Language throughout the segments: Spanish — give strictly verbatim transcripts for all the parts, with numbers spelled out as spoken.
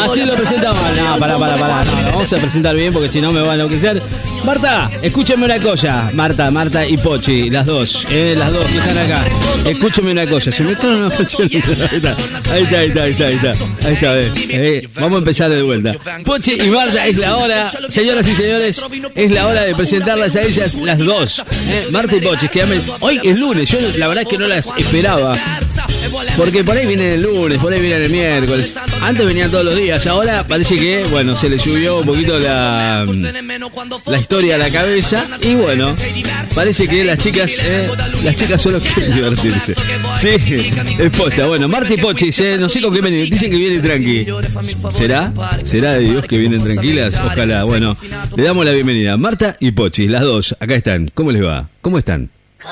Así lo presentamos. No, pará, pará, pará. No, lo vamos a presentar bien porque si no me van a enloquecer. Marta, escúchame una cosa. Marta, Marta y Pochi, las dos, eh, las dos que están acá. Escúchame una cosa. Se me está una canción. Ahí está, ahí está, ahí está, ahí está. Ahí está, ahí está eh. Eh, vamos a empezar de vuelta. Pochi y Marta, es la hora, señoras y señores, es la hora de presentarlas a ellas las dos. Eh, Marta y Pochi, que me... hoy es lunes. Yo la verdad es que no las esperaba. Porque por ahí vienen el lunes, por ahí vienen el miércoles. Antes venían todos los días, ahora parece que, bueno, se les subió un poquito la, la historia a la cabeza. Y bueno, parece que las chicas, eh, las chicas solo quieren divertirse. Sí, es posta. Bueno, Marta y Pochi, eh, no sé con qué vienen, dicen que vienen tranqui. ¿Será? ¿Será de Dios que vienen tranquilas? Ojalá. Bueno, le damos la bienvenida. Marta y Pochi, las dos, acá están. ¿Cómo les va? ¿Cómo están?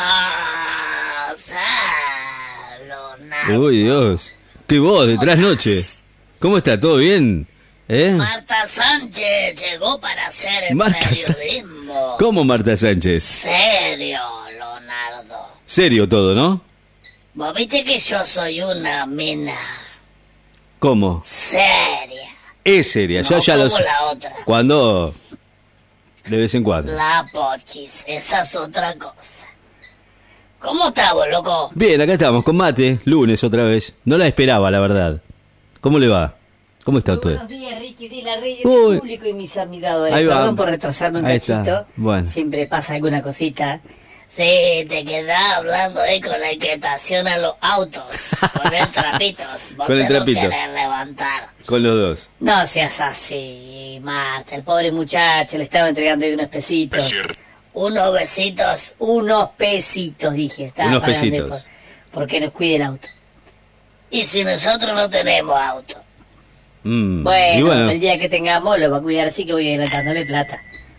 Uy, Dios. Qué voz de trasnoche. ¿Cómo está? ¿Todo bien? ¿Eh? Marta Sánchez llegó para hacer el Marta periodismo. Sa- ¿Cómo Marta Sánchez? Serio, Leonardo. Serio todo, ¿no? Vos viste que yo soy una mina ¿Cómo? seria. Es seria, No yo ya lo como sé. la otra. Cuando... De vez en cuando. La Pochis, esa es otra cosa. ¿Cómo estás vos, loco? Bien, acá estamos, con mate, lunes otra vez. No la esperaba, la verdad. ¿Cómo le va? ¿Cómo está Muy usted? buenos días, Ricky de la Rey, Uy. mi público y mis admiradores. Ahí va. Perdón por retrasarme un Ahí está. cachito. Bueno. Siempre pasa alguna cosita. Sí, te quedás hablando ahí con la inquietación a los autos. Con el trapitos. Vos Con el te lo trapito. querés levantar. Con los dos. No seas así, Marta. El pobre muchacho le estaba entregando ahí unos pesitos. Unos besitos. Unos pesitos, dije. Estaba Unos pagando pesitos. Por, porque nos cuide el auto. Y si nosotros no tenemos auto. Mm. Bueno, Y bueno, el día que tengamos lo va a cuidar, así que voy a ir dándole plata.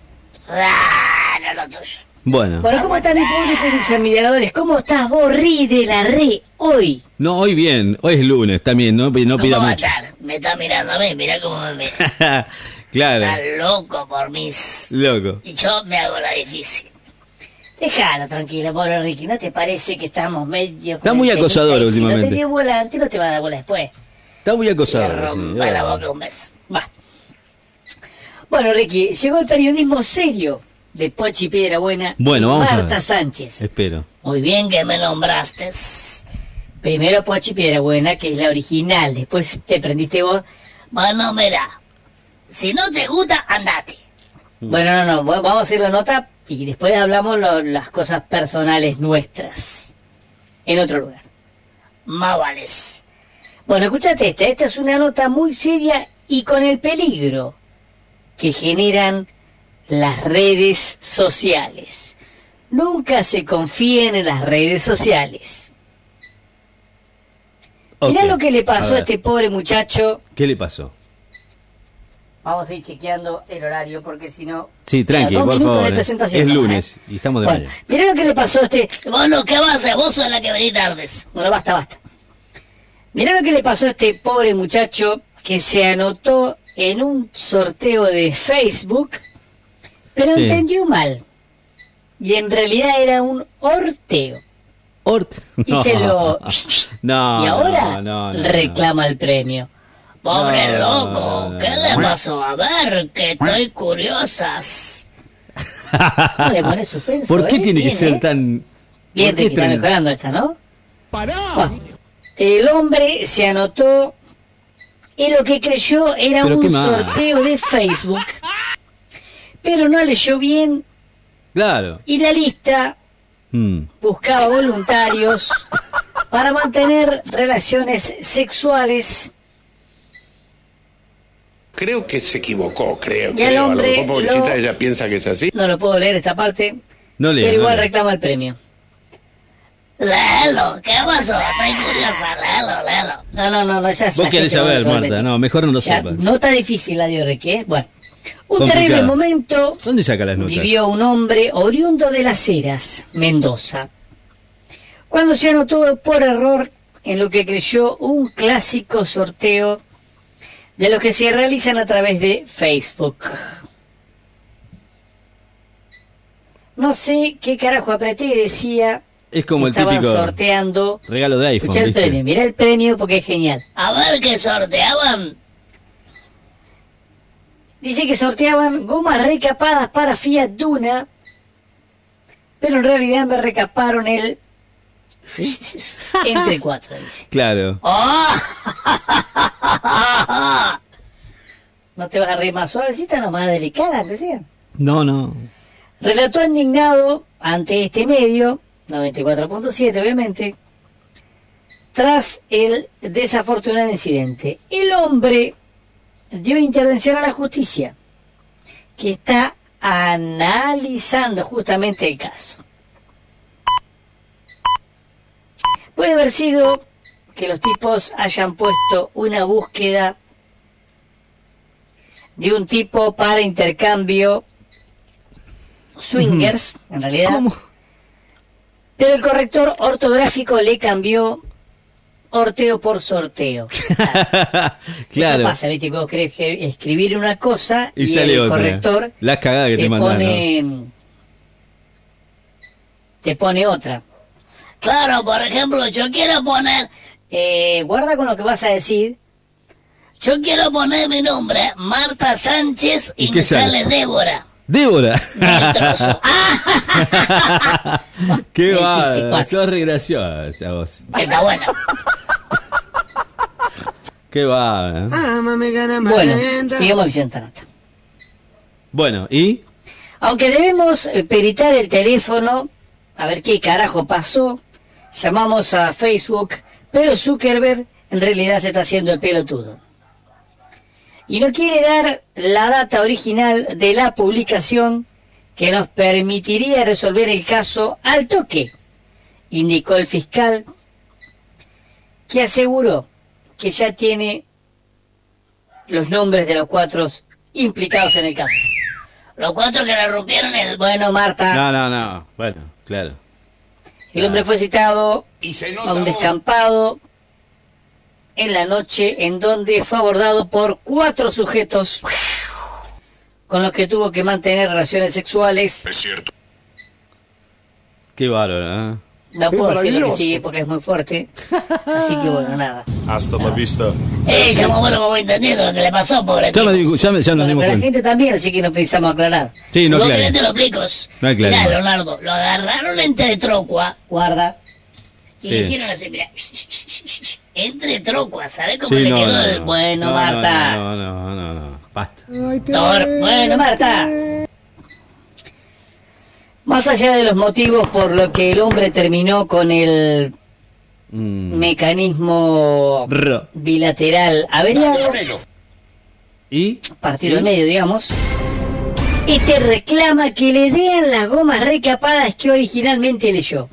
Ah, no lo tuyo. bueno. Bueno, ¿cómo está mi público y mis admiradores? ¿Cómo estás vos, Ri de la Re, hoy? No, hoy bien, hoy es lunes también, no, no pida ¿Cómo va a mucho. estar? Me está mirando a mí, mira cómo me mira. Está Claro, loco por mis... loco. Y yo me hago la difícil. Déjalo tranquilo, pobre Ricky, ¿no te parece que estamos medio... Está con muy el acosador temita? Y últimamente. Si no te dio volante, no te va a dar bola después. Está muy Le acosado. rompa sí, la ah. boca un beso. Va. Bueno, Ricky, llegó el periodismo serio de Pochi Piedrabuena Bueno, y vamos a Marta ver. Sánchez. Espero. Muy bien que me nombraste. Primero Pochi Piedrabuena, que es la original, después te prendiste vos. Bueno, mira. Si no te gusta, andate. Bueno, no, no, bueno, vamos a hacer la nota y después hablamos lo- las cosas personales nuestras. En otro lugar. Más vales. Bueno, escúchate esta. Esta es una nota muy seria y con el peligro que generan las redes sociales. Nunca se confíen en las redes sociales. Mirá Ok, lo que le a pasó a, ver. este pobre muchacho. ¿Qué le pasó? Vamos a ir chequeando el horario porque si no... Sí, tranqui, Dos por minutos favor. de eh. presentación, Es ¿no? lunes y estamos de Bueno, mañana. mirá lo que le pasó a este... Bueno, ¿qué vas a hacer? Vos sos la que venís tardes. Bueno, basta, basta. Mirá lo que le pasó a este pobre muchacho que se anotó en un sorteo de Facebook, pero Sí. entendió mal. Y en realidad era un horteo. Ort. Y se lo... No, y ahora no, no, no, reclama el premio. Pobre No, loco. no, no, ¿Qué no. le pasó? A ver, que estoy curiosas. No le pone suspenso, ¿Por qué ¿eh? tiene que Bien, ser ¿eh? tan... Bien, ¿por qué Ricky, está tan- mejorando esta, ¿no? Bueno, el hombre se anotó en lo que creyó era Pero qué un mal. sorteo de Facebook, pero no leyó bien Claro. y la lista Mm. buscaba voluntarios para mantener relaciones sexuales. Creo que se equivocó, creo, Y el creo. A lo hombre mejor, pobrecita, lo- ella piensa que es así. No lo puedo leer esta parte, No lea, pero no igual lea. reclama el premio. Léelo, ¿qué pasó? Estoy curiosa, léelo, léelo. No, no, no, no, ya es Vos la querés gente va a saber, resolver. Marta. No, mejor no lo Ya, sepas. nota difícil la dio Ricky, ¿eh? Bueno, un Complicada. terrible momento ¿Dónde saca las notas? vivió un hombre oriundo de Las Heras, Mendoza, cuando se anotó por error en lo que creyó un clásico sorteo de los que se realizan a través de Facebook. No sé qué carajo apreté y decía Es como que el estaban típico sorteando. regalo de iPhone, Escuchá el ¿viste? premio, mirá el premio porque es genial. A ver qué sorteaban. Dice que sorteaban gomas recapadas para Fiat Duna, pero en realidad me recaparon el entre cuatro, dice. Claro. ¡Oh! ¿No te vas a reír más suavecita, no más delicada, que sea? No, no. Relató indignado ante este medio, noventa y cuatro punto siete obviamente, tras el desafortunado incidente. El hombre dio intervención a la justicia, que está analizando justamente el caso. Puede haber sido que los tipos hayan puesto una búsqueda de un tipo para intercambio swingers, en realidad. ¿Cómo? Pero el corrector ortográfico le cambió horteo por sorteo. Claro. Claro. Eso pasa, ¿viste? Vos querés escribir una cosa Y y, sale el otra. corrector Las cagadas que te, te mandan, pone, te pone otra. Claro, por ejemplo, yo quiero poner, Eh, guarda con lo que vas a decir. yo quiero poner mi nombre, Marta Sánchez, y, ¿Y qué me sale? sale Débora. Débora. El trozo. ¡Ah! Qué El chiste, bárbaro. cuatro. Sos re graciosa vos. Está bueno. Qué bárbaro. Bueno, sigamos leyendo esta nota. Bueno, ¿y? Aunque debemos eh, peritar el teléfono, a ver qué carajo pasó, llamamos a Facebook, pero Zuckerberg en realidad se está haciendo el pelotudo. Y no quiere dar la data original de la publicación que nos permitiría resolver el caso al toque, indicó el fiscal, que aseguró que ya tiene los nombres de los cuatro implicados en el caso. Los cuatro que le rompieron el... Bueno, Marta, No, no, no. Bueno, claro. el hombre fue citado Y se a nota un vos. descampado en la noche en donde fue abordado por cuatro sujetos con los que tuvo que mantener relaciones sexuales. Es cierto. Qué bárbaro, ¿eh? No Qué puedo decir lo que maravilloso. sigue porque es muy fuerte. Así que bueno, nada. Hasta la vista. Eh, ya más o menos como entendiendo lo que le pasó, pobre Ya, tipo. me, di- ya, me- ya nos Bueno, dimos pero la cuenta. gente también, así que no precisamos aclarar. Sí, Si no, vos claro. querés te lo explico. No aclaremos. Mirá, Leonardo, lo agarraron entre trocua Guarda. y Sí. le hicieron así, mirá. Entre trocua, ¿sabés cómo Sí, le no, quedó no, el... no. Bueno, No, Marta. No, no, no, no, no. Basta. Thor? Bueno, Marta. Más allá de los motivos por lo que el hombre terminó con el Mm. mecanismo Ro. bilateral averiado, ¿Y? partido ¿Y? en medio, digamos, este reclama que le den las gomas recapadas que originalmente leyó,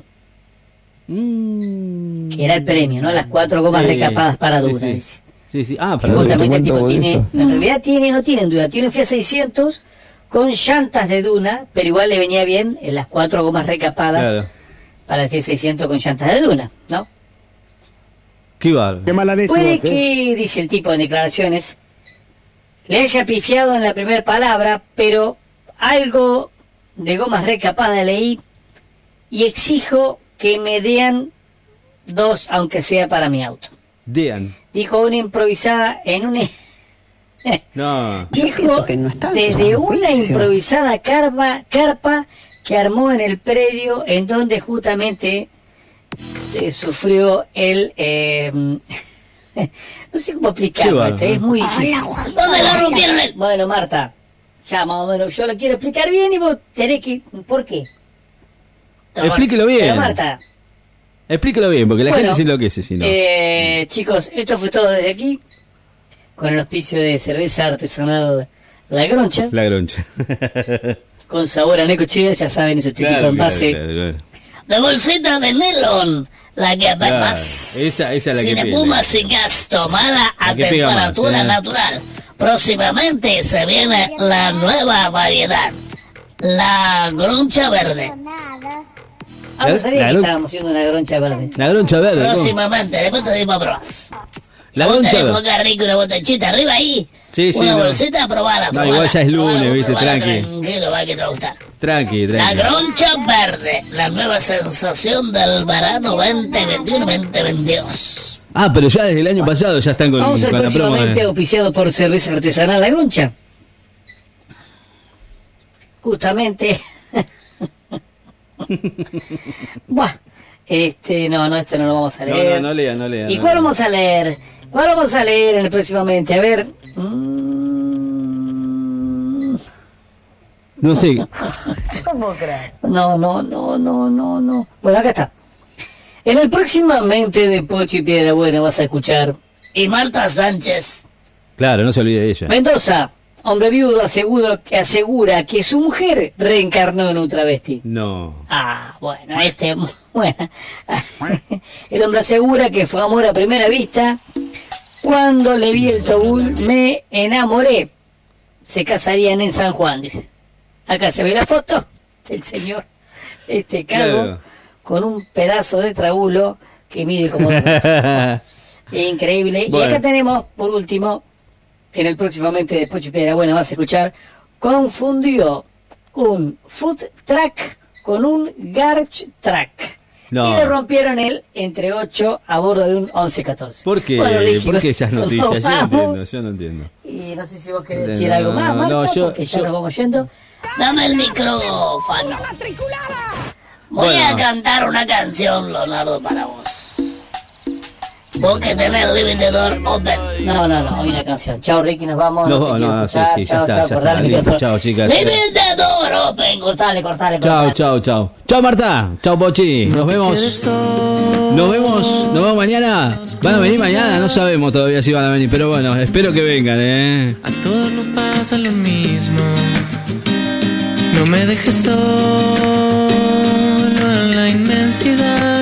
Mm. que era el premio, ¿no? Las cuatro gomas Sí, recapadas para sí, Duna, sí. dice. Sí, sí. Ah, Y para justamente Duna. el tipo cuenta tiene, bonito. en realidad tiene, no tiene duda, tiene un Fiat seiscientos con llantas de Duna, pero igual le venía bien en las cuatro gomas recapadas Claro. para el Fiat seiscientos con llantas de Duna, ¿no? Qué bárbaro. Qué mala leche. Puede vos, eh. que, dice el tipo en declaraciones, le haya pifiado en la primera palabra, pero algo de gomas recapadas leí y exijo que me den dos, aunque sea para mi auto. Dean. Dijo una improvisada en un... No. Yo Dijo pienso que no está en desde su una juicio. improvisada carpa, carpa que armó en el predio en donde justamente eh, sufrió el... eh, no sé cómo explicarlo, Qué esto bárbaro. es muy difícil. ¿Dónde le rompieron el...? Bueno, Marta, ya más o menos yo lo quiero explicar bien y vos tenés que... ¿Por qué? Explíquelo bien. Pero Marta, Explíquelo bien, porque la Bueno, gente se enloquece si no. eh, chicos, esto fue todo desde aquí, con el auspicio de cerveza artesanal La Groncha, La groncha. con sabor a necochea, ya saben, ese típico Claro, envase. claro, claro. De bolsita de nylon. La que Claro, más... esa- esa es la sin que pega. espuma, sin gas, tomada a La que pega más, temperatura ¿eh? natural. Próximamente se viene la nueva variedad. La groncha verde. Ah, no La- sabía la que gron- estábamos haciendo una groncha verde. La groncha verde. ¿cómo? Próximamente, después te dimos a probar. La Vos groncha tenés verde. boca rica, una botellita arriba ahí. Sí, sí, Una no. bolsita, probala, No, probala. igual ya es lunes, probala, viste, probala, tranqui. Tranquilo, va que te va a gustar. Tranqui, La tranqui. groncha verde, la nueva sensación del verano veinte veintiuno veinte veintidós. Ah, pero ya desde el año pasado ya están con, Vamos a con la promo. próximamente de- auspiciado por cerveza artesanal La Groncha. justamente. Buah, este, no, no, esto no lo vamos a No, leer. no, no lea, no lea. ¿Y no cuál lea. vamos a leer? ¿Cuál vamos a leer en el próximamente? A ver. Mm, No sé. No, no, no, no, no, no. Bueno, acá está. En el próximamente de Pochi Piedra Buena vas a escuchar. Y Marta Sánchez. Claro, no se olvide de ella. Mendoza, hombre viudo aseguro, que asegura que su mujer reencarnó en un travesti. No. Ah, bueno, este, bueno. El hombre asegura que fue amor a primera vista. Cuando le vi el tobul me enamoré. Se casarían en San Juan, dice. Acá se ve la foto del señor, este calvo, Claro. con un pedazo de trabulo que mide como... Increíble. Bueno. Y acá tenemos, por último, en el próximamente de Pochi Piedra Buena vas a escuchar, confundió un food truck con un garch truck. No. Y le rompieron el entre ocho a bordo de un once catorce. ¿Por qué? Bueno, Ricky, ¿Por qué esas nos noticias? Yo no vamos. entiendo, yo no entiendo. Y no sé si vos querés No, decir no, algo más, Marta, no, yo- porque ya yo- nos vamos yendo. Dame el micrófono. Voy Bueno. a cantar una canción, Leonardo, para vos. Vos que tenés el living the door open. No, no, no, hay una canción. Chao, Ricky, nos vamos. No, te no, quiero no, escuchar. sí, sí, ya Chao, está, chao, ya cortale está, el listo. micrófono. Chao, chicas. Living the door open. Cortale, cortale, Chao, cortale. chao, chao. Chao, Marta. Chao, Pochi. Nos vemos. Nos vemos. Nos vemos mañana. ¿Van a venir mañana? No sabemos todavía si van a venir, pero bueno, espero que vengan, ¿eh? A todos nos pasa lo mismo. No me dejes solo en la inmensidad.